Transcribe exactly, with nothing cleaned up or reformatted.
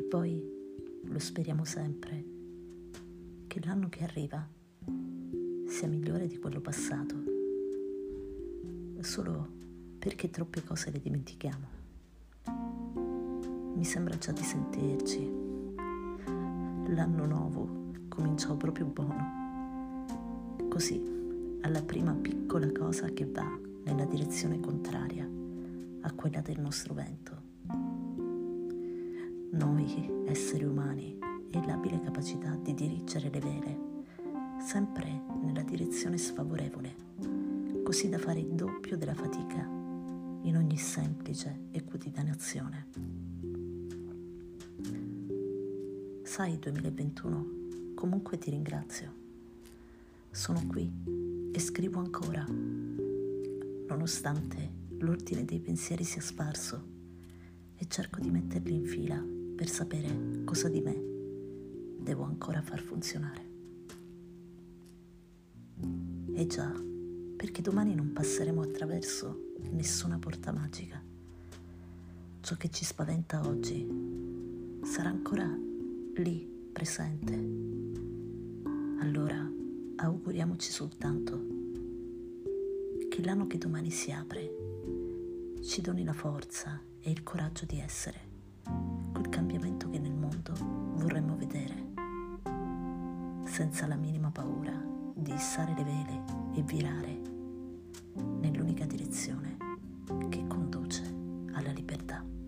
poi, lo speriamo sempre, che l'anno che arriva sia migliore di quello passato, solo perché troppe cose le dimentichiamo. Mi sembra già di sentirci. L'anno nuovo cominciò proprio buono. Così, alla prima piccola cosa che va nella direzione contraria a quella del nostro vento. Noi, esseri umani, e l'abile capacità di dirigere le vele, sempre nella direzione sfavorevole, così da fare il doppio della fatica in ogni semplice e quotidiana azione. Sai, duemilaventuno, comunque ti ringrazio. Sono qui e scrivo ancora, nonostante l'ordine dei pensieri sia sparso, e cerco di metterli in fila per sapere cosa di me devo ancora far funzionare. E già, perché domani non passeremo attraverso nessuna porta magica. Ciò che ci spaventa oggi sarà ancora lì, presente. Allora auguriamoci soltanto che l'anno che domani si apre ci doni la forza e il coraggio di essere quel cambiamento che nel mondo vorremmo vedere, senza la minima paura di issare le vele e virare nell'unica direzione che conduce alla libertà.